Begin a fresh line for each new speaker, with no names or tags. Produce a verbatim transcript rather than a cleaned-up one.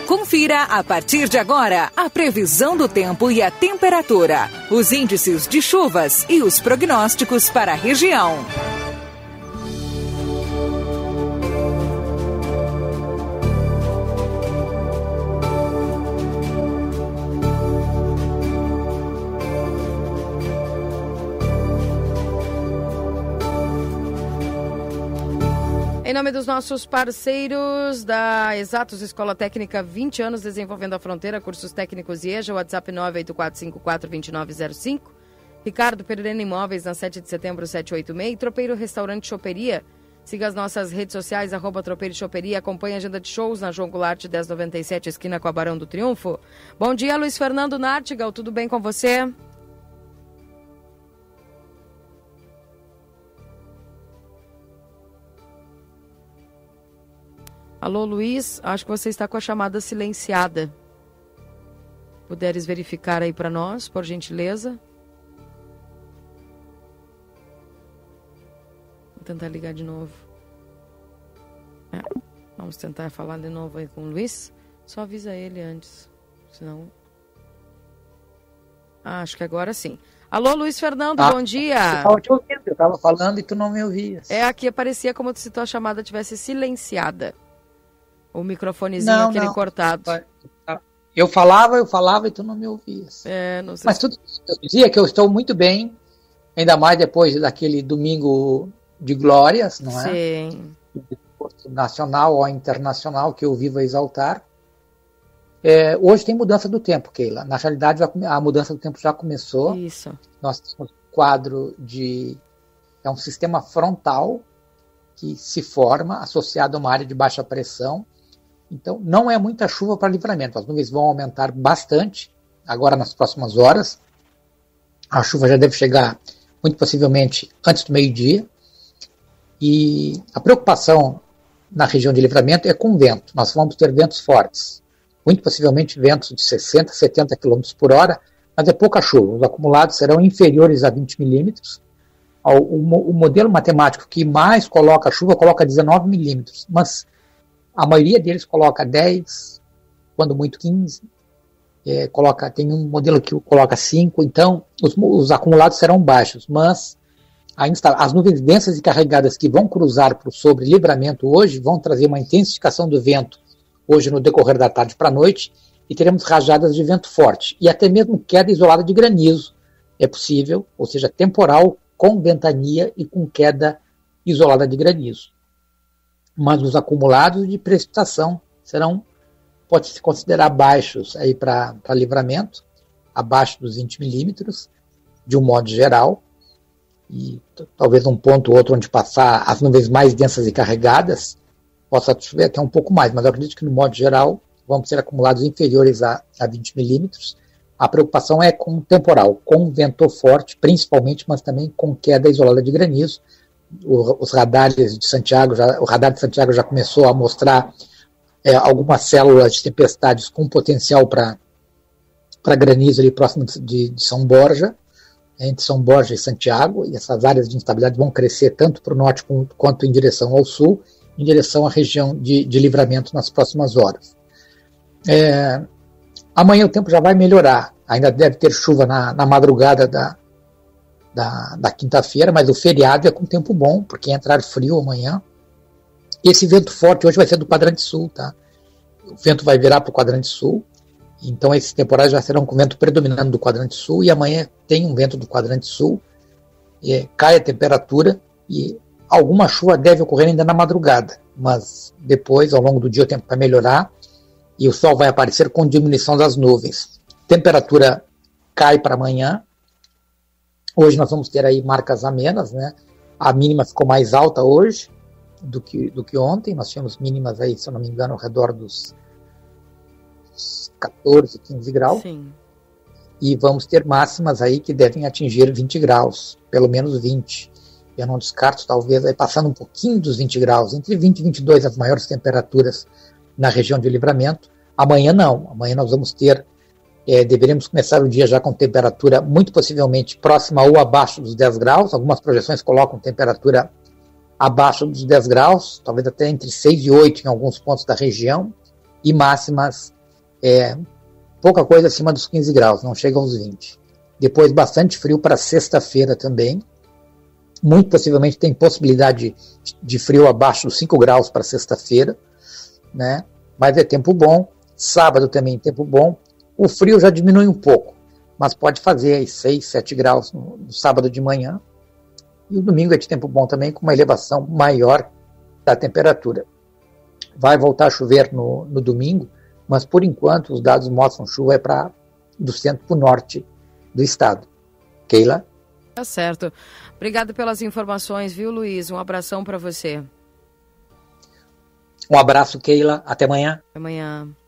Confira a partir de agora a previsão do tempo e a temperatura, os índices de chuvas e os prognósticos para a região.
Em nome dos nossos parceiros da Exatos Escola Técnica, vinte anos desenvolvendo a fronteira, cursos técnicos I E J A, WhatsApp nove oito quatro cinco quatro dois nove zero cinco. Ricardo Pereira Imóveis, na sete de setembro, setecentos e oitenta e seis. Tropeiro Restaurante Choperia. Siga as nossas redes sociais, arroba Tropeiro Choperia. Acompanhe a agenda de shows na João Goulart, dez noventa e sete, esquina com a Barão do Triunfo. Bom dia, Luiz Fernando Nartigal, tudo bem com você? Alô, Luiz, acho que você está com a chamada silenciada. Puderes verificar aí para nós, por gentileza. Vou tentar ligar de novo. É, vamos tentar falar de novo aí com o Luiz. Só avisa ele antes, senão... Ah, acho que agora sim. Alô, Luiz Fernando, ah, bom dia.
Eu estava te ouvindo, eu estava falando e tu não me ouvias.
É, aqui aparecia como se tua chamada tivesse silenciada. O microfonezinho
não,
aquele
não.
cortado.
Eu falava, eu falava e tu não me ouvias.
É, não sei.
Mas tudo eu dizia que eu estou muito bem, ainda mais depois daquele domingo de glórias, não é?
Sim.
Nacional ou internacional que eu vivo a exaltar. É, hoje tem mudança do tempo, Keila. Na realidade, a mudança do tempo já começou.
Isso.
Nós temos um quadro de... É um sistema frontal que se forma associado a uma área de baixa pressão. Então, não é muita chuva para Livramento. As nuvens vão aumentar bastante agora nas próximas horas. A chuva já deve chegar, muito possivelmente, antes do meio-dia. E a preocupação na região de Livramento é com o vento. Nós vamos ter ventos fortes. Muito possivelmente ventos de sessenta, setenta quilômetros por hora, mas é pouca chuva. Os acumulados serão inferiores a vinte milímetros. O, o, o modelo matemático que mais coloca chuva coloca dezenove milímetros, mas a maioria deles coloca dez, quando muito quinze, é, coloca, tem um modelo que coloca cinco, então os, os acumulados serão baixos, mas ainda está, as nuvens densas e carregadas que vão cruzar por sobre Livramento hoje vão trazer uma intensificação do vento hoje no decorrer da tarde para a noite e teremos rajadas de vento forte e até mesmo queda isolada de granizo é possível, ou seja, temporal com ventania e com queda isolada de granizo. Mas os acumulados de precipitação serão, pode-se considerar baixos aí para Livramento, abaixo dos vinte milímetros, de um modo geral, e t- talvez um ponto ou outro onde passar as nuvens mais densas e carregadas, possa chover até um pouco mais, mas eu acredito que no modo geral vão ser acumulados inferiores a, a vinte milímetros. A preocupação é com o temporal, com vento forte, principalmente, mas também com queda isolada de granizo. O, os radares de Santiago, já, o radar de Santiago já começou a mostrar é, algumas células de tempestades com potencial para granizo ali próximo de, de São Borja, entre São Borja e Santiago, e essas áreas de instabilidade vão crescer tanto para o norte quanto, quanto em direção ao sul, em direção à região de, de Livramento nas próximas horas. É, amanhã o tempo já vai melhorar, ainda deve ter chuva na, na madrugada da Da, da quinta-feira, mas o feriado é com tempo bom, porque entrar frio amanhã. E esse vento forte hoje vai ser do quadrante sul, tá? O vento vai virar para o quadrante sul, então esses temporais já serão com vento predominando do quadrante sul, e amanhã tem um vento do quadrante sul, e cai a temperatura, e alguma chuva deve ocorrer ainda na madrugada, mas depois, ao longo do dia, o tempo vai melhorar, e o sol vai aparecer com diminuição das nuvens. Temperatura cai para amanhã. Hoje nós vamos ter aí marcas amenas, né? A mínima ficou mais alta hoje do que, do que ontem. Nós tínhamos mínimas aí, se eu não me engano, ao redor dos catorze, quinze graus.
Sim.
E vamos ter máximas aí que devem atingir vinte graus, pelo menos vinte. Eu não descarto, talvez, aí passando um pouquinho dos vinte graus, entre vinte e vinte e dois as maiores temperaturas na região de Livramento. Amanhã não, amanhã nós vamos ter, é, deveremos começar o dia já com temperatura muito possivelmente próxima ou abaixo dos dez graus, algumas projeções colocam temperatura abaixo dos dez graus, talvez até entre seis e oito em alguns pontos da região, e máximas é pouca coisa acima dos quinze graus, não chega aos vinte. Depois bastante frio para sexta-feira também. Muito possivelmente tem possibilidade de frio abaixo dos cinco graus para sexta-feira, né? Mas é tempo bom. Sábado também tempo bom. O frio já diminui um pouco, mas pode fazer aí seis, sete graus no, no sábado de manhã. E o domingo é de tempo bom também, com uma elevação maior da temperatura. Vai voltar a chover no, no domingo, mas por enquanto os dados mostram chuva é para do centro para o norte do estado. Keila?
Tá certo. Obrigado pelas informações, viu, Luiz? Um abração para você.
Um abraço, Keila. Até amanhã.
Até amanhã.